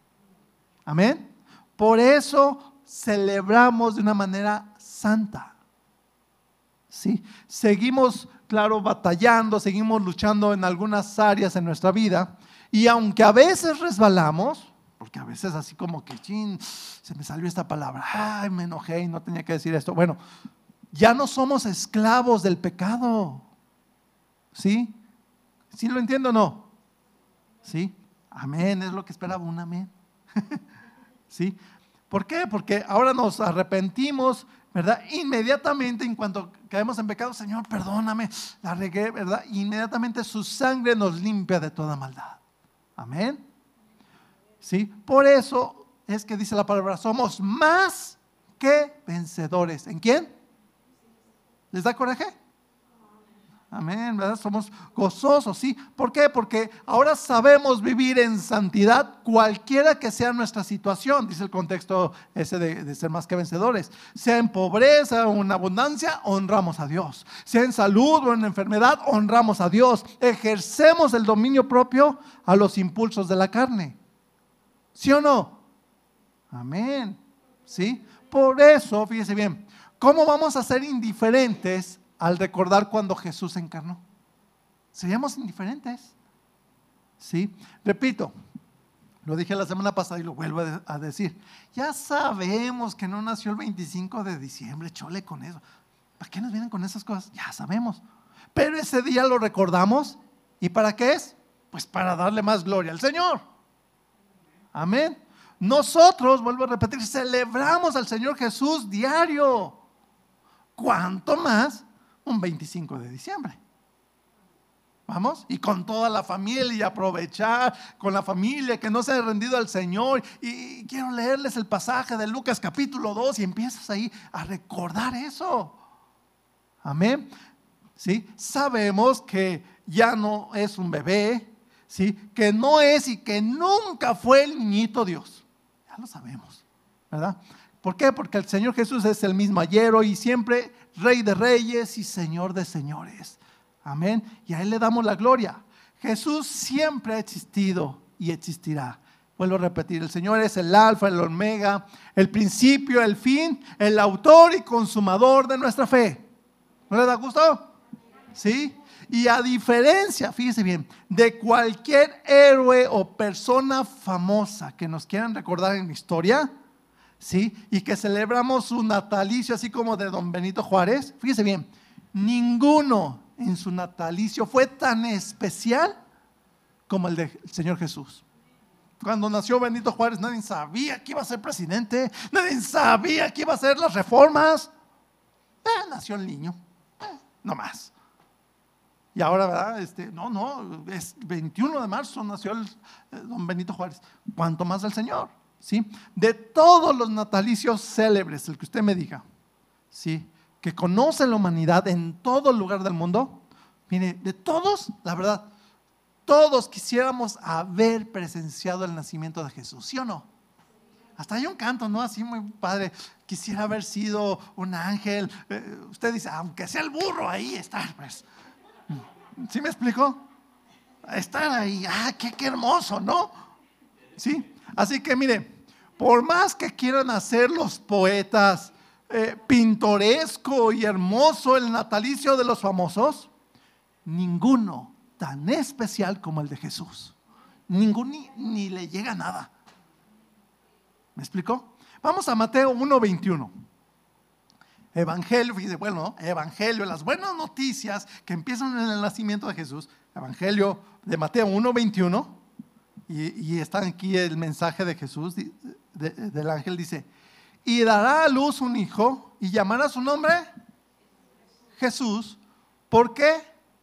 Amén. Por eso celebramos de una manera santa. ¿Sí? Seguimos, claro, batallando, seguimos luchando en algunas áreas en nuestra vida, y aunque a veces resbalamos, porque a veces así como que, se me salió esta palabra, ay, me enojé y no tenía que decir esto. Bueno, ya no somos esclavos del pecado. ¿Sí? ¿Sí lo entiendo o no? ¿Sí? Amén, es lo que esperaba, un amén. ¿Sí? ¿Por qué? Porque ahora nos arrepentimos, ¿verdad? Inmediatamente, en cuanto caemos en pecado, Señor, perdóname, la regué, ¿verdad? Inmediatamente su sangre nos limpia de toda maldad. Amén. ¿Sí? Por eso es que dice la palabra, somos más que vencedores. ¿En quién? ¿Les da coraje? Amén, ¿verdad? Somos gozosos, ¿sí? ¿Por qué? Porque ahora sabemos vivir en santidad cualquiera que sea nuestra situación, dice el contexto ese de ser más que vencedores. Sea en pobreza o en abundancia, honramos a Dios. Sea en salud o en enfermedad, honramos a Dios. Ejercemos el dominio propio a los impulsos de la carne. ¿Sí o no? Amén, ¿sí? Por eso, fíjese bien, ¿cómo vamos a ser indiferentes al recordar cuando Jesús se encarnó? Seríamos indiferentes. ¿Sí? Repito, lo dije la semana pasada y lo vuelvo a decir. Ya sabemos que no nació el 25 de diciembre, chole con eso. ¿Para qué nos vienen con esas cosas? Ya sabemos. Pero ese día lo recordamos. ¿Y para qué es? Pues para darle más gloria al Señor. Amén. Nosotros, vuelvo a repetir, celebramos al Señor Jesús diario. ¿Cuánto más un 25 de diciembre? Vamos, y con toda la familia, y aprovechar con la familia que no se ha rendido al Señor. Y quiero leerles el pasaje de Lucas capítulo 2 y empiezas ahí a recordar eso. Amén. ¿Sí? Sabemos que ya no es un bebé, ¿sí? Que no es y que nunca fue el niñito Dios. Ya lo sabemos, ¿verdad? ¿Por qué? Porque el Señor Jesús es el mismo ayer, hoy y siempre, Rey de reyes y Señor de señores. Amén. Y a Él le damos la gloria. Jesús siempre ha existido y existirá. Vuelvo a repetir, el Señor es el alfa, el omega, el principio, el fin, el autor y consumador de nuestra fe. ¿No le da gusto? ¿Sí? Y a diferencia, fíjese bien, de cualquier héroe o persona famosa que nos quieran recordar en la historia, ¿sí? Y que celebramos su natalicio así como de don Benito Juárez, fíjese bien, ninguno en su natalicio fue tan especial como el del Señor Jesús. Cuando nació Benito Juárez, nadie sabía que iba a ser presidente, nadie sabía que iba a hacer las reformas. Nació el niño, no más. Y ahora, ¿verdad? Es 21 de marzo nació don Benito Juárez. ¿Cuánto más el Señor? ¿Sí? De todos los natalicios célebres, el que usted me diga, ¿sí? Que conoce la humanidad en todo lugar del mundo, mire, de todos, la verdad, todos quisiéramos haber presenciado el nacimiento de Jesús, ¿sí o no? Hasta hay un canto, ¿no? Así muy padre. Quisiera haber sido un ángel. Usted dice, aunque sea el burro, ahí estar, pues. ¿Sí me explico? Estar ahí, qué hermoso, ¿no? ¿Sí? Así que mire, por más que quieran hacer los poetas pintoresco y hermoso el natalicio de los famosos, ninguno tan especial como el de Jesús. Ninguno ni le llega nada. ¿Me explicó? Vamos a Mateo 1:21. Evangelio, fíjese, bueno, Evangelio, las buenas noticias que empiezan en el nacimiento de Jesús. Evangelio de Mateo 1:21. Y está aquí el mensaje de Jesús, del ángel, dice: y dará a luz un hijo y llamará su nombre Jesús, porque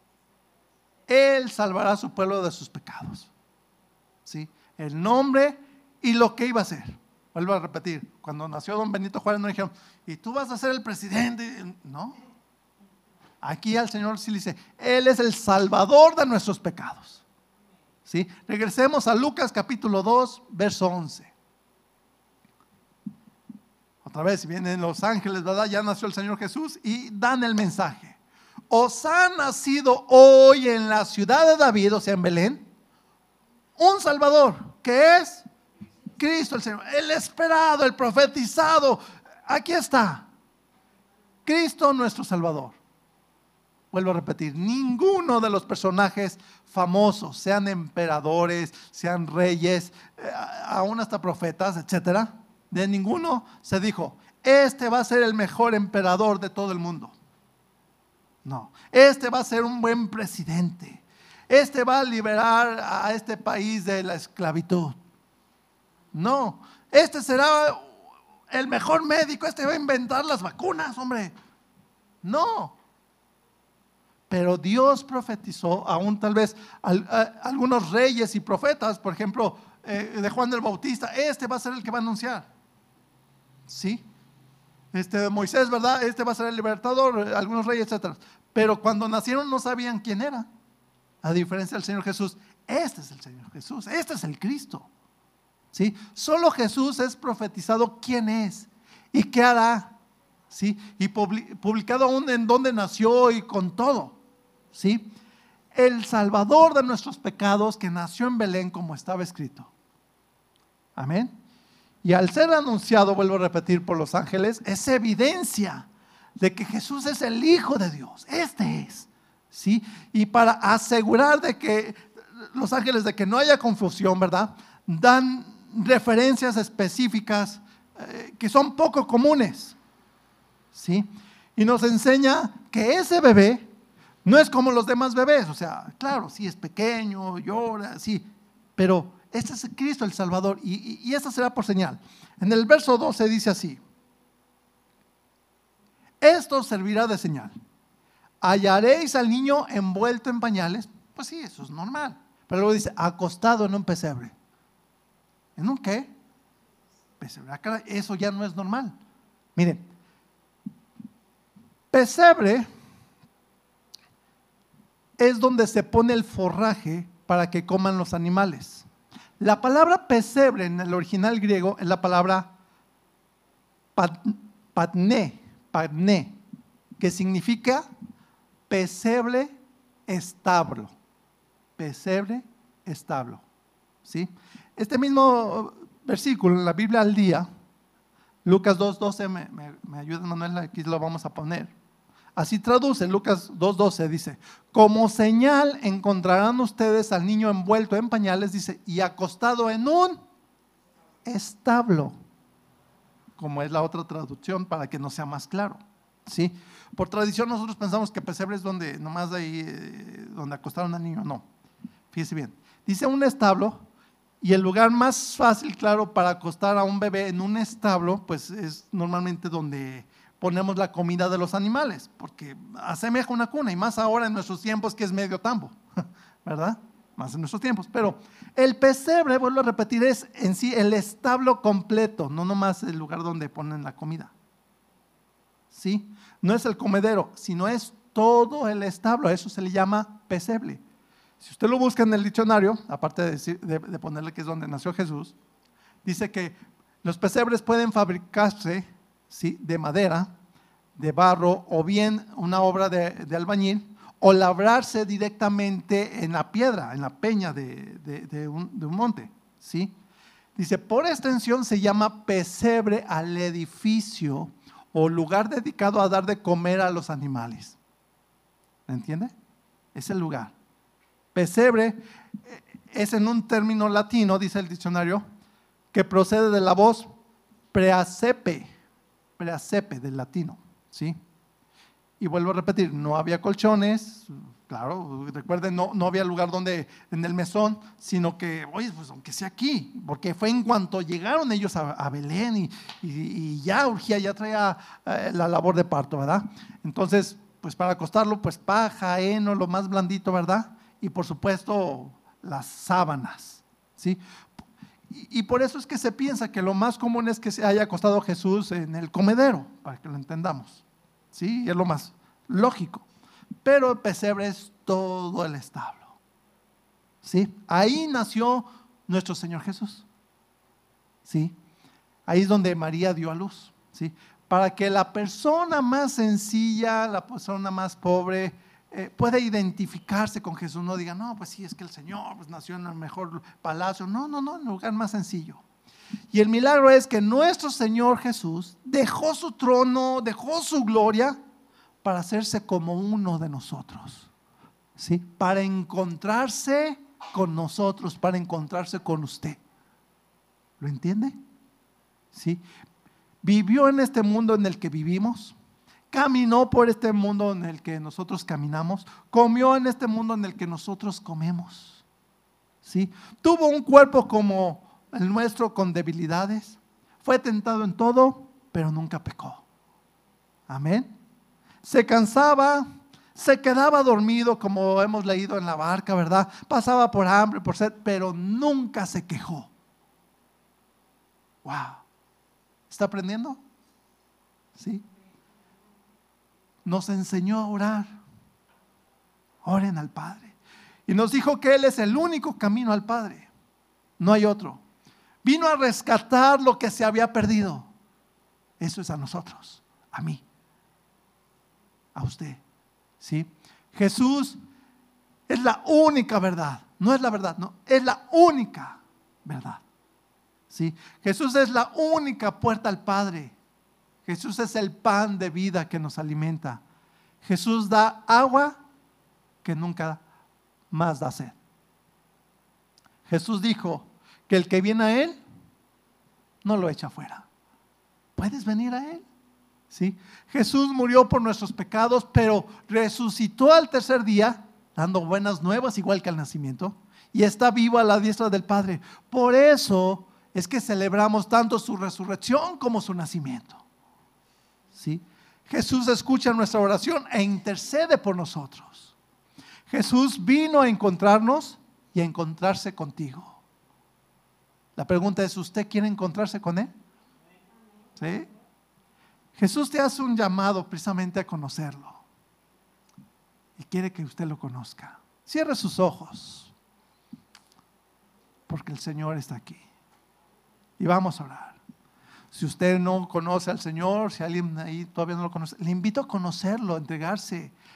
Él salvará a su pueblo de sus pecados. ¿Sí? El nombre y lo que iba a hacer. Vuelvo a repetir, cuando nació don Benito Juárez no dijeron, y tú vas a ser el presidente. No. Aquí al Señor sí le dice, Él es el salvador de nuestros pecados. ¿Sí? Regresemos a Lucas capítulo 2, verso 11. Otra vez vienen los ángeles, ¿verdad? Ya nació el Señor Jesús y dan el mensaje. Os ha nacido hoy en la ciudad de David, o sea en Belén, un Salvador, que es Cristo el Señor, el esperado, el profetizado. Aquí está, Cristo nuestro Salvador. Vuelvo a repetir, ninguno de los personajes famosos, sean emperadores, sean reyes, aún hasta profetas, etcétera, de ninguno se dijo, este va a ser el mejor emperador de todo el mundo. No, este va a ser un buen presidente. Este va a liberar a este país de la esclavitud. No, este será el mejor médico, este va a inventar las vacunas, hombre. No. Pero Dios profetizó, aún tal vez algunos reyes y profetas, por ejemplo, de Juan del Bautista, este va a ser el que va a anunciar. ¿Sí? Moisés, ¿verdad? Este va a ser el libertador, algunos reyes, etcétera. Pero cuando nacieron no sabían quién era. A diferencia del Señor Jesús, este es el Señor Jesús, este es el Cristo. ¿Sí? Solo Jesús es profetizado quién es y qué hará. ¿Sí? Y publicado aún en dónde nació y con todo. ¿Sí? El Salvador de nuestros pecados que nació en Belén como estaba escrito. Amén. Y al ser anunciado, vuelvo a repetir, por los ángeles, es evidencia de que Jesús es el Hijo de Dios. Este es. ¿Sí? Y para asegurar de que los ángeles, de que no haya confusión, ¿verdad? Dan referencias específicas que son poco comunes. ¿Sí? Y nos enseña que ese bebé no es como los demás bebés. O sea, claro, sí es pequeño, llora, sí, pero este es Cristo el Salvador y esta será por señal. En el verso 12 dice así: esto servirá de señal. Hallaréis al niño envuelto en pañales. Pues sí, eso es normal. Pero luego dice, acostado en un pesebre. ¿En un qué? Pesebre. Eso ya no es normal. Miren, pesebre es donde se pone el forraje para que coman los animales. La palabra pesebre en el original griego es la palabra patné, que significa pesebre, establo. Pesebre, establo. ¿Sí? Este mismo versículo en la Biblia al día, Lucas 2:12, me ayuda Manuel, aquí lo vamos a poner. Así traduce, Lucas 2:12 dice, como señal encontrarán ustedes al niño envuelto en pañales, dice, y acostado en un establo, como es la otra traducción para que no sea más claro. ¿Sí? Por tradición nosotros pensamos que pesebre es donde, nomás de ahí, donde acostaron al niño. No, fíjese bien, dice un establo, y el lugar más fácil, claro, para acostar a un bebé en un establo, pues es normalmente donde ponemos la comida de los animales, porque asemeja una cuna, y más ahora en nuestros tiempos que es medio tambo, ¿verdad? Más en nuestros tiempos. Pero el pesebre, vuelvo a repetir, es en sí el establo completo, no nomás el lugar donde ponen la comida. ¿Sí? No es el comedero, sino es todo el establo, a eso se le llama pesebre. Si usted lo busca en el diccionario, aparte de ponerle que es donde nació Jesús, dice que los pesebres pueden fabricarse, ¿sí?, de madera, de barro, o bien una obra de albañil, o labrarse directamente en la piedra, en la peña de un monte. ¿Sí? Dice, por extensión se llama pesebre al edificio o lugar dedicado a dar de comer a los animales. ¿Me entiende? Es el lugar. Pesebre es en un término latino, dice el diccionario, que procede de la voz preacepe del latino, ¿sí? Y vuelvo a repetir, no había colchones, claro, recuerden, no había lugar donde, en el mesón, sino que, oye, pues aunque sea aquí, porque fue en cuanto llegaron ellos a Belén y ya urgía, ya traía la labor de parto, ¿verdad? Entonces, pues para acostarlo, pues paja, heno, lo más blandito, ¿verdad? Y por supuesto, las sábanas, ¿sí? Y por eso es que se piensa que lo más común es que se haya acostado Jesús en el comedero, para que lo entendamos, ¿sí? Y es lo más lógico. Pero el pesebre es todo el establo, ¿sí? Ahí nació nuestro Señor Jesús, ¿sí? Ahí es donde María dio a luz, ¿sí? Para que la persona más sencilla, la persona más pobre, pueda identificarse con Jesús, no diga, no, pues sí, es que el Señor pues, nació en el mejor palacio. No, en el lugar más sencillo. Y el milagro es que nuestro Señor Jesús dejó su trono, dejó su gloria para hacerse como uno de nosotros, ¿sí? Para encontrarse con nosotros, para encontrarse con usted. ¿Lo entiende? ¿Sí? Vivió en este mundo en el que vivimos, caminó por este mundo en el que nosotros caminamos, comió en este mundo en el que nosotros comemos, ¿sí? Tuvo un cuerpo como el nuestro con debilidades, fue tentado en todo, pero nunca pecó. Amén. Se cansaba, se quedaba dormido, como hemos leído en la barca, ¿verdad? Pasaba por hambre, por sed, pero nunca se quejó. Wow. ¿Está aprendiendo? ¿Sí? Nos enseñó a orar. Oren al Padre. Y nos dijo que Él es el único camino al Padre. No hay otro. Vino a rescatar lo que se había perdido. Eso es a nosotros, a mí, a usted. ¿Sí? Jesús es la única verdad. No es la verdad, no, es la única verdad. ¿Sí? Jesús es la única puerta al Padre. Jesús es el pan de vida que nos alimenta. Jesús da agua que nunca más da sed. Jesús dijo que el que viene a Él no lo echa fuera. ¿Puedes venir a Él? ¿Sí? Jesús murió por nuestros pecados, pero resucitó al tercer día, dando buenas nuevas igual que al nacimiento, y está vivo a la diestra del Padre. Por eso es que celebramos tanto su resurrección como su nacimiento. ¿Sí? Jesús escucha nuestra oración e intercede por nosotros. Jesús vino a encontrarnos y a encontrarse contigo. La pregunta es, ¿usted quiere encontrarse con Él? ¿Sí? Jesús te hace un llamado precisamente a conocerlo. Y quiere que usted lo conozca. Cierre sus ojos, porque el Señor está aquí. Y vamos a orar. Si usted no conoce al Señor, si alguien ahí todavía no lo conoce, le invito a conocerlo, a entregarse.